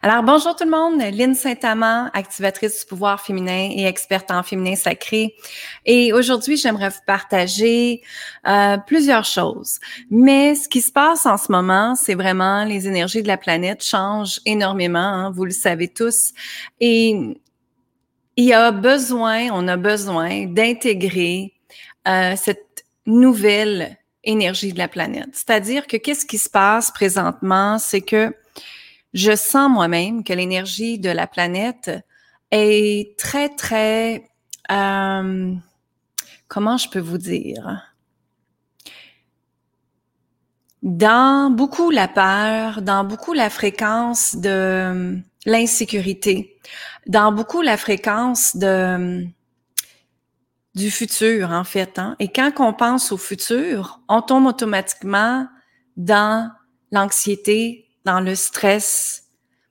Alors, bonjour tout le monde, Lynne Saint-Amand, activatrice du pouvoir féminin et experte en féminin sacré. Et aujourd'hui, j'aimerais vous partager plusieurs choses. Mais ce qui se passe en ce moment, c'est vraiment les énergies de la planète changent énormément, hein, vous le savez tous. Et on a besoin d'intégrer cette nouvelle énergie de la planète. C'est-à-dire que qu'est-ce qui se passe présentement, c'est que je sens moi-même que l'énergie de la planète est très, très, euh, comment je peux vous dire? Dans beaucoup la peur, dans beaucoup la fréquence de l'insécurité, dans beaucoup la fréquence du futur, en fait. Hein? Et quand on pense au futur, on tombe automatiquement dans l'anxiété, dans le stress,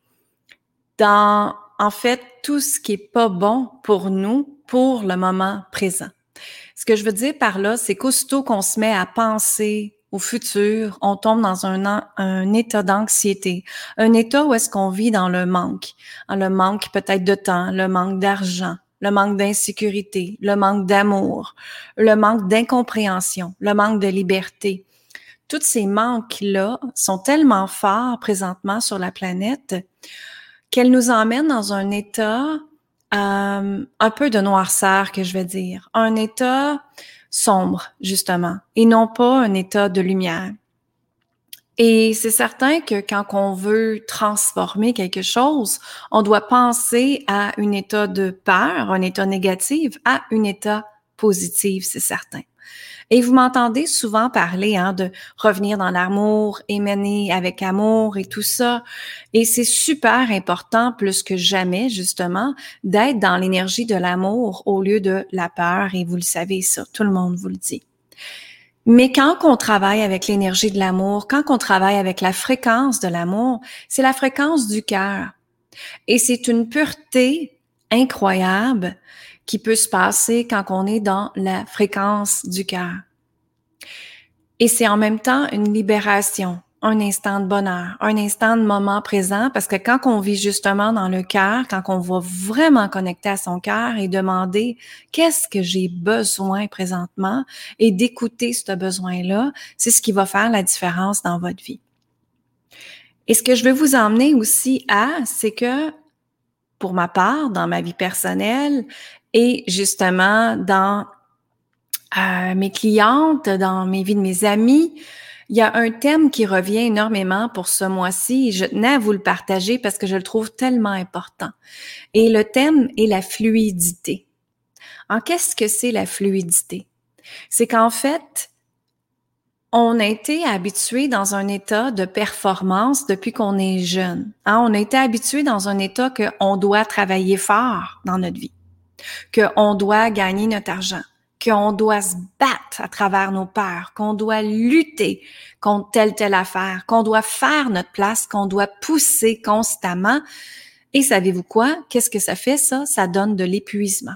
dans, en fait, tout ce qui est pas bon pour nous, pour le moment présent. Ce que je veux dire par là, c'est qu'aussitôt qu'on se met à penser au futur, on tombe dans un état d'anxiété, un état où est-ce qu'on vit dans le manque peut-être de temps, le manque d'argent, le manque d'insécurité, le manque d'amour, le manque d'incompréhension, le manque de liberté. Tous ces manques-là sont tellement forts présentement sur la planète qu'elle nous emmène dans un état un peu de noirceur, que je vais dire, un état sombre, justement, et non pas un état de lumière. Et c'est certain que quand on veut transformer quelque chose, on doit penser à un état de peur, un état négatif, à un état positif, c'est certain. Et vous m'entendez souvent parler de revenir dans l'amour, émaner avec amour et tout ça. Et c'est super important, plus que jamais, justement, d'être dans l'énergie de l'amour au lieu de la peur. Et vous le savez, ça, tout le monde vous le dit. Mais quand on travaille avec l'énergie de l'amour, quand on travaille avec la fréquence de l'amour, c'est la fréquence du cœur. Et c'est une pureté incroyable qui peut se passer quand on est dans la fréquence du cœur. Et c'est en même temps une libération, un instant de bonheur, un instant de moment présent, parce que quand on vit justement dans le cœur, quand on va vraiment connecter à son cœur et demander qu'est-ce que j'ai besoin présentement et d'écouter ce besoin-là, c'est ce qui va faire la différence dans votre vie. Et ce que je veux vous emmener aussi c'est que pour ma part, dans ma vie personnelle et justement dans mes clientes, dans mes vies de mes amis, il y a un thème qui revient énormément pour ce mois-ci et je tenais à vous le partager parce que je le trouve tellement important. Et le thème est la fluidité. Qu'est-ce que c'est la fluidité? C'est qu'en fait, on a été habitué dans un état de performance depuis qu'on est jeune. On a été habitué dans un état qu'on doit travailler fort dans notre vie, qu'on doit gagner notre argent, qu'on doit se battre à travers nos peurs, qu'on doit lutter contre telle affaire, qu'on doit faire notre place, qu'on doit pousser constamment. Et savez-vous quoi? Qu'est-ce que ça fait, ça? Ça donne de l'épuisement.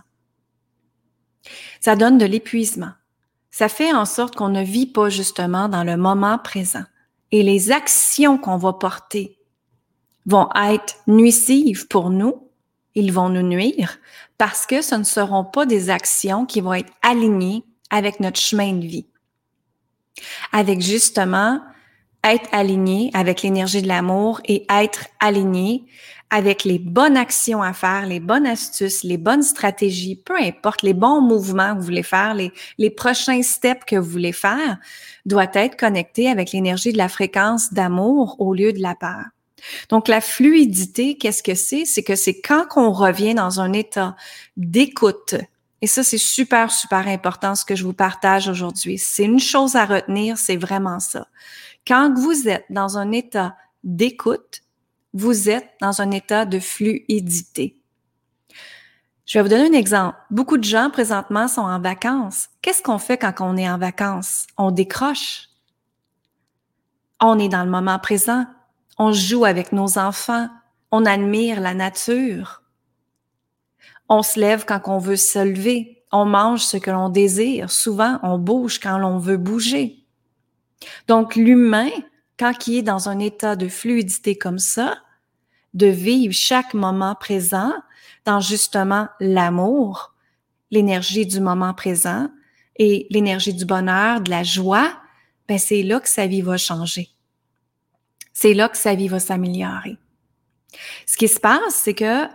Ça donne de l'épuisement. Ça fait en sorte qu'on ne vit pas justement dans le moment présent. Et les actions qu'on va porter vont être nuisives pour nous. Ils vont nous nuire parce que ce ne seront pas des actions qui vont être alignées avec notre chemin de vie. Avec justement être aligné avec l'énergie de l'amour et être aligné avec les bonnes actions à faire, les bonnes astuces, les bonnes stratégies, peu importe, les bons mouvements que vous voulez faire, les prochains steps que vous voulez faire, doit être connecté avec l'énergie de la fréquence d'amour au lieu de la peur. Donc, la fluidité, qu'est-ce que c'est? C'est que c'est quand on revient dans un état d'écoute. Et ça, c'est super, super important ce que je vous partage aujourd'hui. C'est une chose à retenir, c'est vraiment ça. Quand vous êtes dans un état d'écoute, vous êtes dans un état de fluidité. Je vais vous donner un exemple. Beaucoup de gens présentement sont en vacances. Qu'est-ce qu'on fait quand on est en vacances? On décroche. On est dans le moment présent. On joue avec nos enfants. On admire la nature. On se lève quand on veut se lever. On mange ce que l'on désire. Souvent, on bouge quand l'on veut bouger. Donc, l'humain, quand il est dans un état de fluidité comme ça, de vivre chaque moment présent dans justement l'amour, l'énergie du moment présent et l'énergie du bonheur, de la joie, ben c'est là que sa vie va changer. C'est là que sa vie va s'améliorer. Ce qui se passe, c'est que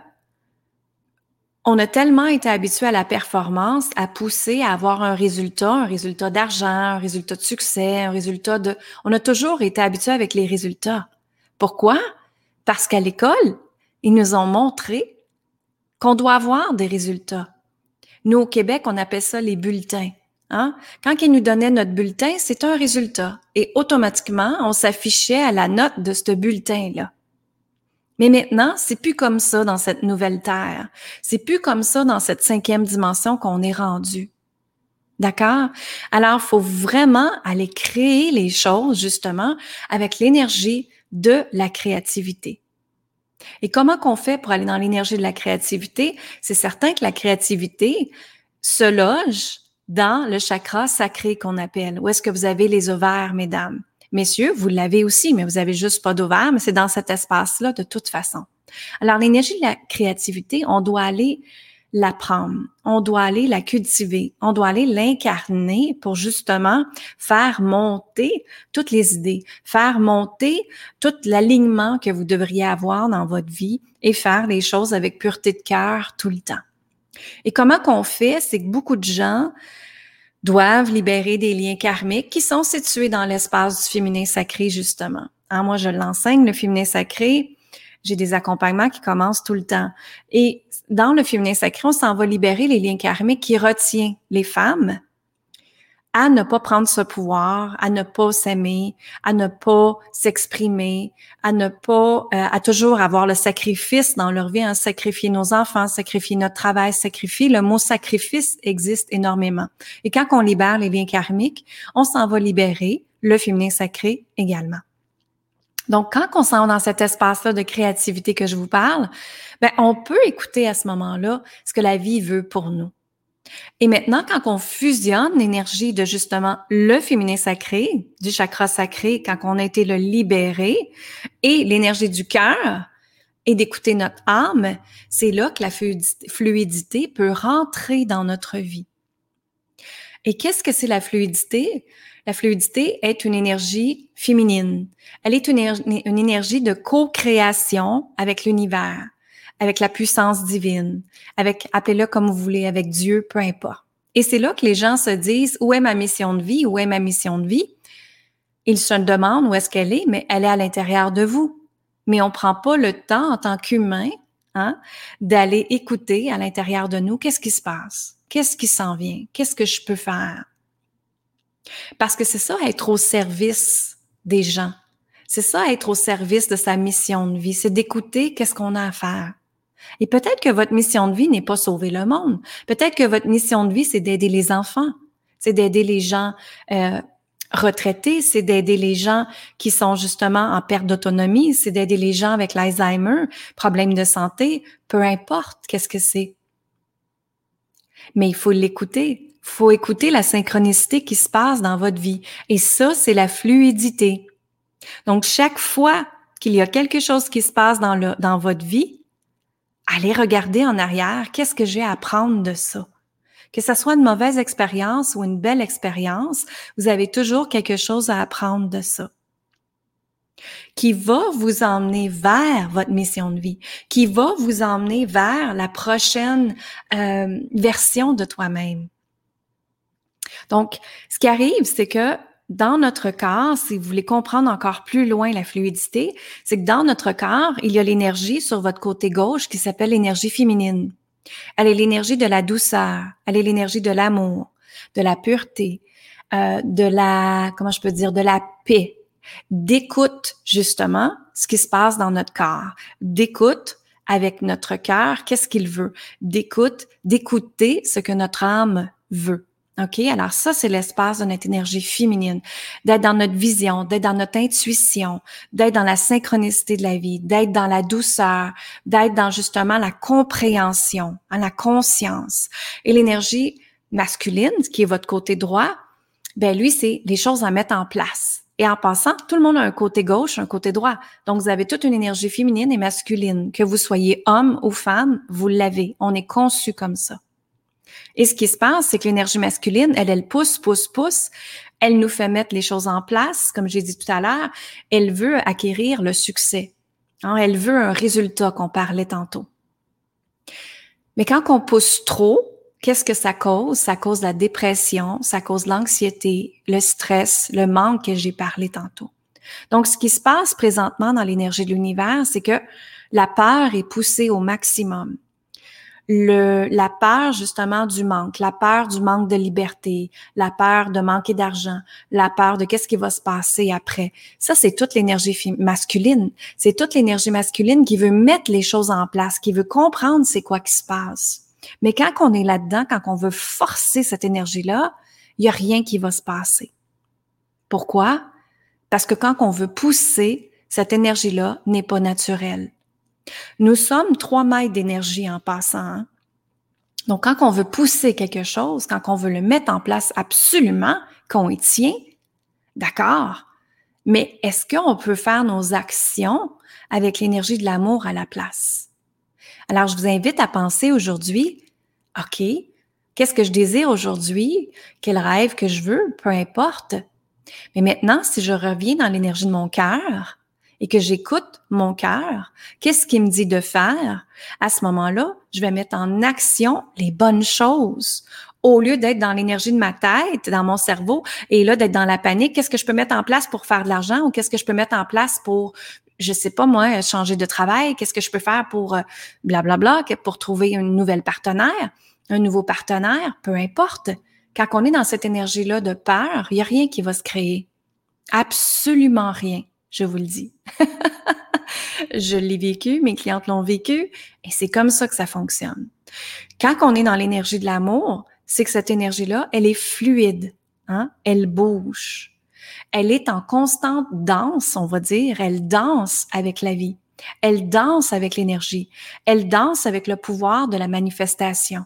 on a tellement été habitué à la performance, à pousser, à avoir un résultat d'argent, un résultat de succès, un résultat de... On a toujours été habitué avec les résultats. Pourquoi? Parce qu'à l'école, ils nous ont montré qu'on doit avoir des résultats. Nous, au Québec, on appelle ça les bulletins. Hein? Quand ils nous donnaient notre bulletin, c'est un résultat. Et automatiquement, on s'affichait à la note de ce bulletin-là. Mais maintenant, c'est plus comme ça dans cette nouvelle terre. C'est plus comme ça dans cette 5e dimension qu'on est rendu. D'accord? Alors, il faut vraiment aller créer les choses, justement, avec l'énergie de la créativité. Et comment qu'on fait pour aller dans l'énergie de la créativité? C'est certain que la créativité se loge dans le chakra sacré qu'on appelle. Où est-ce que vous avez les ovaires, mesdames? Messieurs, vous l'avez aussi, mais vous avez juste pas d'ovaires, mais c'est dans cet espace-là de toute façon. Alors, l'énergie de la créativité, on doit aller l'apprendre, on doit aller la cultiver, on doit aller l'incarner pour justement faire monter toutes les idées, faire monter tout l'alignement que vous devriez avoir dans votre vie et faire les choses avec pureté de cœur tout le temps. Et comment qu'on fait, c'est que beaucoup de gens doivent libérer des liens karmiques qui sont situés dans l'espace du féminin sacré, justement. Hein, moi, je l'enseigne, le féminin sacré. J'ai des accompagnements qui commencent tout le temps. Et dans le féminin sacré, on s'en va libérer les liens karmiques qui retiennent les femmes à ne pas prendre ce pouvoir, à ne pas s'aimer, à ne pas s'exprimer, à ne pas, à toujours avoir le sacrifice dans leur vie, sacrifier nos enfants, sacrifier notre travail, sacrifier. Le mot sacrifice existe énormément. Et quand on libère les liens karmiques, on s'en va libérer le féminin sacré également. Donc, quand on s'en va dans cet espace-là de créativité que je vous parle, ben, on peut écouter à ce moment-là ce que la vie veut pour nous. Et maintenant, quand on fusionne l'énergie de justement le féminin sacré, du chakra sacré, quand on a été le libérer, et l'énergie du cœur, et d'écouter notre âme, c'est là que la fluidité peut rentrer dans notre vie. Et qu'est-ce que c'est la fluidité? La fluidité est une énergie féminine. Elle est une énergie de co-création avec l'univers, avec la puissance divine, avec, appelez-le comme vous voulez, avec Dieu, peu importe. Et c'est là que les gens se disent, où est ma mission de vie? Où est ma mission de vie? Ils se demandent où est-ce qu'elle est, mais elle est à l'intérieur de vous. Mais on prend pas le temps en tant qu'humain, d'aller écouter à l'intérieur de nous qu'est-ce qui se passe, qu'est-ce qui s'en vient, qu'est-ce que je peux faire. Parce que c'est ça, être au service des gens. C'est ça, être au service de sa mission de vie. C'est d'écouter qu'est-ce qu'on a à faire. Et peut-être que votre mission de vie n'est pas sauver le monde. Peut-être que votre mission de vie, c'est d'aider les enfants. C'est d'aider les gens retraités. C'est d'aider les gens qui sont justement en perte d'autonomie. C'est d'aider les gens avec l'Alzheimer, problèmes de santé. Peu importe qu'est-ce que c'est. Mais il faut l'écouter. Il faut écouter la synchronicité qui se passe dans votre vie. Et ça, c'est la fluidité. Donc, chaque fois qu'il y a quelque chose qui se passe dans votre vie, allez regarder en arrière, qu'est-ce que j'ai à apprendre de ça? Que ça soit une mauvaise expérience ou une belle expérience, vous avez toujours quelque chose à apprendre de ça. Qui va vous emmener vers votre mission de vie, qui va vous emmener vers la prochaine version de toi-même. Donc, ce qui arrive, c'est que dans notre corps, si vous voulez comprendre encore plus loin la fluidité, c'est que dans notre corps, il y a l'énergie sur votre côté gauche qui s'appelle l'énergie féminine. Elle est l'énergie de la douceur, elle est l'énergie de l'amour, de la pureté, de la paix, d'écoute justement ce qui se passe dans notre corps, d'écoute avec notre cœur, qu'est-ce qu'il veut, d'écouter ce que notre âme veut. OK? Alors ça, c'est l'espace de notre énergie féminine, d'être dans notre vision, d'être dans notre intuition, d'être dans la synchronicité de la vie, d'être dans la douceur, d'être dans justement la compréhension, la conscience. Et l'énergie masculine, qui est votre côté droit, ben lui, c'est les choses à mettre en place. Et en passant, tout le monde a un côté gauche, un côté droit. Donc, vous avez toute une énergie féminine et masculine. Que vous soyez homme ou femme, vous l'avez. On est conçu comme ça. Et ce qui se passe, c'est que l'énergie masculine, elle pousse, pousse, pousse. Elle nous fait mettre les choses en place, comme j'ai dit tout à l'heure. Elle veut acquérir le succès. Hein, elle veut un résultat qu'on parlait tantôt. Mais quand on pousse trop, qu'est-ce que ça cause? Ça cause la dépression, ça cause l'anxiété, le stress, le manque que j'ai parlé tantôt. Donc, ce qui se passe présentement dans l'énergie de l'univers, c'est que la peur est poussée au maximum. La peur justement du manque, la peur du manque de liberté, la peur de manquer d'argent, la peur de qu'est-ce qui va se passer après. Ça, c'est toute l'énergie masculine. C'est toute l'énergie masculine qui veut mettre les choses en place, qui veut comprendre c'est quoi qui se passe. Mais quand on est là-dedans, quand on veut forcer cette énergie-là, il y a rien qui va se passer. Pourquoi? Parce que quand on veut pousser, cette énergie-là n'est pas naturelle. Nous sommes 3 mailles d'énergie en passant. Hein? Donc, quand on veut pousser quelque chose, quand on veut le mettre en place absolument, qu'on y tient, d'accord, mais est-ce qu'on peut faire nos actions avec l'énergie de l'amour à la place? Alors, je vous invite à penser aujourd'hui, OK, qu'est-ce que je désire aujourd'hui? Quel rêve que je veux? Peu importe. Mais maintenant, si je reviens dans l'énergie de mon cœur, et que j'écoute mon cœur, qu'est-ce qu'il me dit de faire? À ce moment-là, je vais mettre en action les bonnes choses. Au lieu d'être dans l'énergie de ma tête, dans mon cerveau, et là, d'être dans la panique, qu'est-ce que je peux mettre en place pour faire de l'argent ou qu'est-ce que je peux mettre en place pour, je sais pas moi, changer de travail? Qu'est-ce que je peux faire pour blablabla, pour trouver une nouvelle partenaire, un nouveau partenaire? Peu importe. Quand on est dans cette énergie-là de peur, il n'y a rien qui va se créer. Absolument rien. Je vous le dis. Je l'ai vécu, mes clientes l'ont vécu, et c'est comme ça que ça fonctionne. Quand on est dans l'énergie de l'amour, c'est que cette énergie-là, elle est fluide, hein? Elle bouge. Elle est en constante danse, on va dire. Elle danse avec la vie. Elle danse avec l'énergie. Elle danse avec le pouvoir de la manifestation.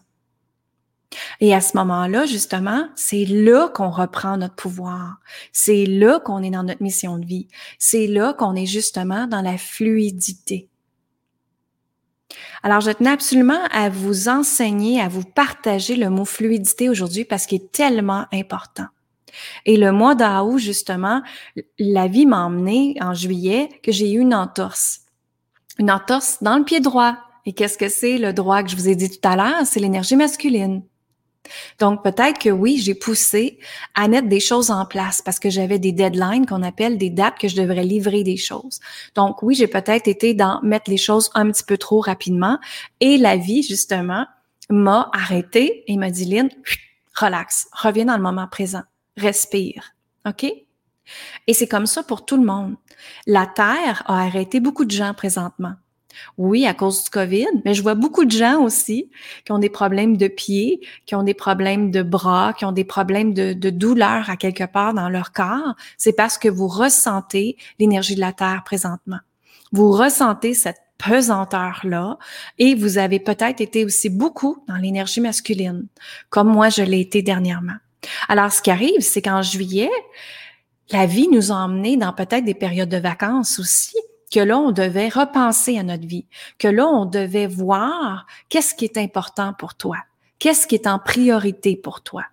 Et à ce moment-là, justement, c'est là qu'on reprend notre pouvoir. C'est là qu'on est dans notre mission de vie. C'est là qu'on est justement dans la fluidité. Alors, je tenais absolument à vous enseigner, à vous partager le mot fluidité aujourd'hui parce qu'il est tellement important. Et le mois d'août, justement, la vie m'a emmené en juillet que j'ai eu une entorse. Une entorse dans le pied droit. Et qu'est-ce que c'est le droit que je vous ai dit tout à l'heure? C'est l'énergie masculine. Donc, peut-être que oui, j'ai poussé à mettre des choses en place parce que j'avais des deadlines qu'on appelle des dates que je devrais livrer des choses. Donc, oui, j'ai peut-être été dans mettre les choses un petit peu trop rapidement et la vie, justement, m'a arrêté et m'a dit, Lynn, relax, reviens dans le moment présent, respire, OK? Et c'est comme ça pour tout le monde. La Terre a arrêté beaucoup de gens présentement. Oui, à cause du COVID, mais je vois beaucoup de gens aussi qui ont des problèmes de pieds, qui ont des problèmes de bras, qui ont des problèmes de douleur à quelque part dans leur corps. C'est parce que vous ressentez l'énergie de la Terre présentement. Vous ressentez cette pesanteur-là et vous avez peut-être été aussi beaucoup dans l'énergie masculine, comme moi je l'ai été dernièrement. Alors, ce qui arrive, c'est qu'en juillet, la vie nous a emmenés dans peut-être des périodes de vacances aussi, que là, on devait repenser à notre vie, que là, on devait voir qu'est-ce qui est important pour toi, qu'est-ce qui est en priorité pour toi.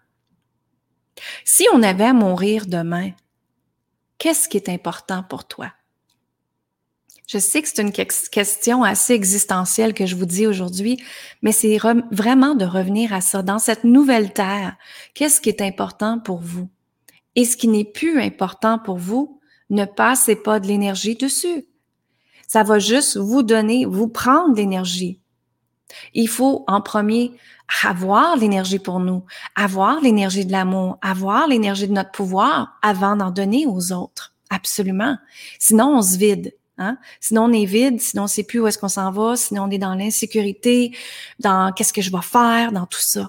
Si on avait à mourir demain, qu'est-ce qui est important pour toi? Je sais que c'est une question assez existentielle que je vous dis aujourd'hui, mais c'est vraiment de revenir à ça, dans cette nouvelle terre. Qu'est-ce qui est important pour vous? Et ce qui n'est plus important pour vous, ne passez pas de l'énergie dessus. Ça va juste vous donner, vous prendre l'énergie. Il faut en premier avoir l'énergie pour nous, avoir l'énergie de l'amour, avoir l'énergie de notre pouvoir avant d'en donner aux autres. Absolument. Sinon, on se vide. Hein? Sinon, on est vide, sinon on ne sait plus où est-ce qu'on s'en va, sinon on est dans l'insécurité, dans qu'est-ce que je vais faire, dans tout ça.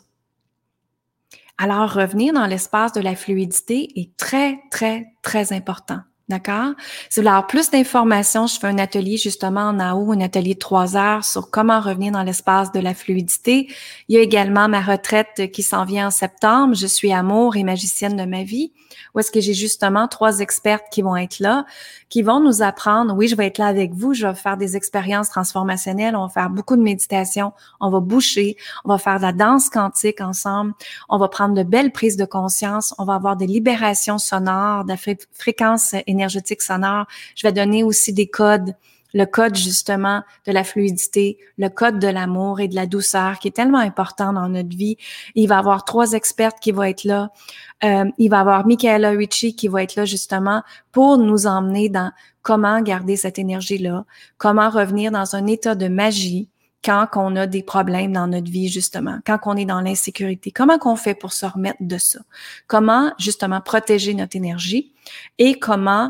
Alors, revenir dans l'espace de la fluidité est très, très, très important. D'accord? Si vous voulez avoir plus d'informations, je fais un atelier justement en AO, un atelier de 3 heures sur comment revenir dans l'espace de la fluidité. Il y a également ma retraite qui s'en vient en septembre. Je suis amour et magicienne de ma vie, où est-ce que j'ai justement 3 expertes qui vont être là, qui vont nous apprendre. Oui, je vais être là avec vous. Je vais faire des expériences transformationnelles. On va faire beaucoup de méditation. On va boucher. On va faire de la danse quantique ensemble. On va prendre de belles prises de conscience. On va avoir des libérations sonores, de la fréquence énergétique sonore. Je vais donner aussi des codes, le code justement de la fluidité, le code de l'amour et de la douceur qui est tellement important dans notre vie. Il va y avoir 3 expertes qui vont être là. Il va y avoir Michaela Ricci qui va être là justement pour nous emmener dans comment garder cette énergie-là, comment revenir dans un état de magie quand on a des problèmes dans notre vie, justement, quand on est dans l'insécurité. Comment qu'on fait pour se remettre de ça? Comment, justement, protéger notre énergie et comment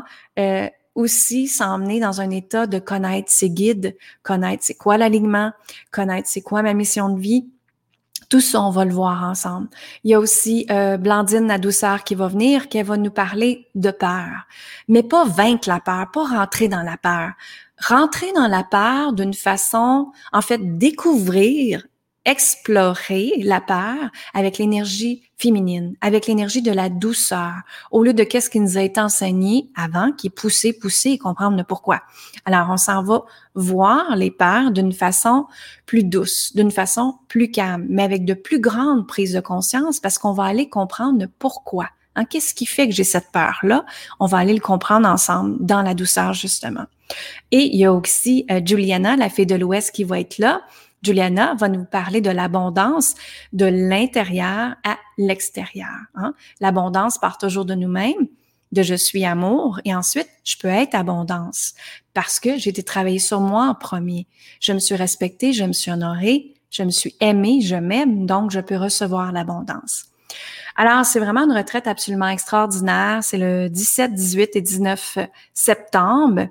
aussi s'emmener dans un état de connaître ses guides, connaître c'est quoi l'alignement, connaître c'est quoi ma mission de vie. Tout ça, on va le voir ensemble. Il y a aussi Blandine la douceur qui va venir, qui va nous parler de peur. Mais pas vaincre la peur, pas rentrer dans la peur. Rentrer dans la peur d'une façon, en fait, découvrir, explorer la peur avec l'énergie féminine, avec l'énergie de la douceur, au lieu de qu'est-ce qui nous a été enseigné avant, qui est pousser et comprendre le pourquoi. Alors, on s'en va voir les peurs d'une façon plus douce, d'une façon plus calme, mais avec de plus grandes prises de conscience parce qu'on va aller comprendre le pourquoi. Hein, qu'est-ce qui fait que j'ai cette peur-là? On va aller le comprendre ensemble dans la douceur, justement. Et il y a aussi Juliana, la fée de l'Ouest, qui va être là. Juliana va nous parler de l'abondance de l'intérieur à l'extérieur. Hein? L'abondance part toujours de nous-mêmes, de je suis amour, et ensuite, je peux être abondance parce que j'ai été travailler sur moi en premier. Je me suis respectée, je me suis honorée, je me suis aimée, je m'aime, donc je peux recevoir l'abondance. Alors, c'est vraiment une retraite absolument extraordinaire. C'est le 17, 18 et 19 septembre.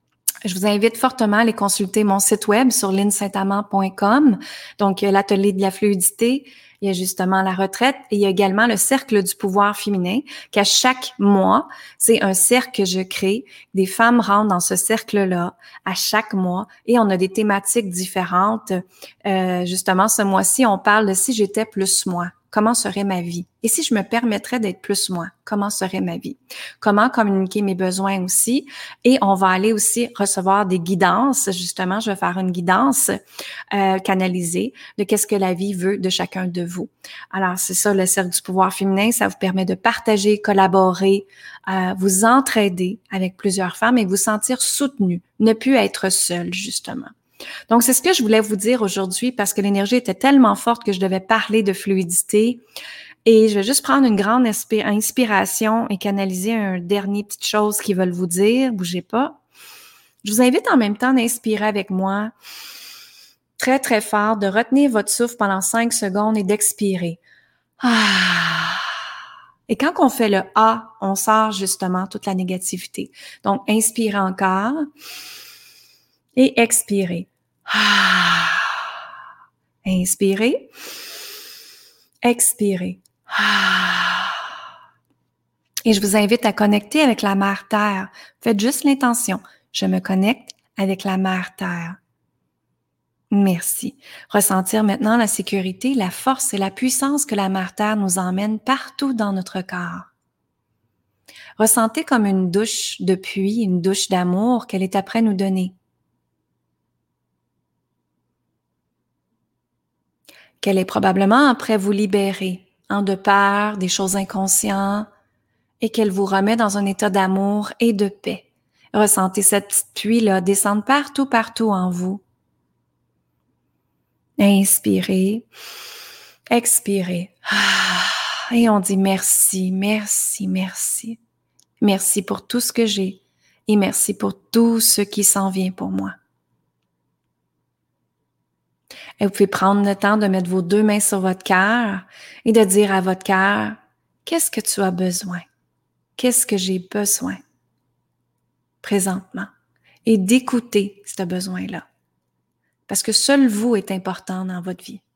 Je vous invite fortement à aller consulter mon site web sur linsaintamant.com. Donc, l'atelier de la fluidité, il y a justement la retraite et il y a également le cercle du pouvoir féminin qu'à chaque mois, c'est un cercle que je crée. Des femmes rentrent dans ce cercle-là à chaque mois et on a des thématiques différentes. Justement, ce mois-ci, on parle de si j'étais plus moi. Comment serait ma vie? Et si je me permettrais d'être plus moi, comment serait ma vie? Comment communiquer mes besoins aussi? Et on va aller aussi recevoir des guidances. Justement, je vais faire une guidance canalisée de qu'est-ce que la vie veut de chacun de vous. Alors, c'est ça, le cercle du pouvoir féminin. Ça vous permet de partager, collaborer, vous entraider avec plusieurs femmes et vous sentir soutenu, ne plus être seul, justement. Donc, c'est ce que je voulais vous dire aujourd'hui parce que l'énergie était tellement forte que je devais parler de fluidité. Et je vais juste prendre une grande inspiration et canaliser un dernier petite chose qu'ils veulent vous dire. Bougez pas. Je vous invite en même temps d'inspirer avec moi très, très fort, de retenir votre souffle pendant 5 secondes et d'expirer. Ah. Et quand on fait le A, on sort justement toute la négativité. Donc, inspirez encore et expirez. Ah. Inspirez. Expirez. Ah. Et je vous invite à connecter avec la Mère Terre. Faites juste l'intention. Je me connecte avec la Mère Terre. Merci. Ressentir maintenant la sécurité, la force et la puissance que la Mère Terre nous emmène partout dans notre corps. Ressentez comme une douche de pluie, une douche d'amour qu'elle est après nous donner. Qu'elle est probablement après vous libérer, de peur, des choses inconscientes, et qu'elle vous remet dans un état d'amour et de paix. Ressentez cette petite pluie-là descendre partout, partout en vous. Inspirez, expirez. Et on dit merci, merci, merci. Merci pour tout ce que j'ai et merci pour tout ce qui s'en vient pour moi. Et vous pouvez prendre le temps de mettre vos 2 mains sur votre cœur et de dire à votre cœur, qu'est-ce que tu as besoin? Qu'est-ce que j'ai besoin présentement? Et d'écouter ce besoin-là. Parce que seul vous est important dans votre vie.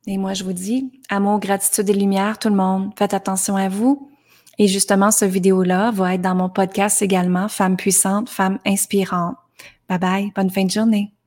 Et moi, je vous dis, amour, gratitude et lumière, tout le monde. Faites attention à vous. Et justement, ce vidéo-là va être dans mon podcast également, Femmes puissantes, Femmes inspirantes. Bye bye, bonne fin de journée.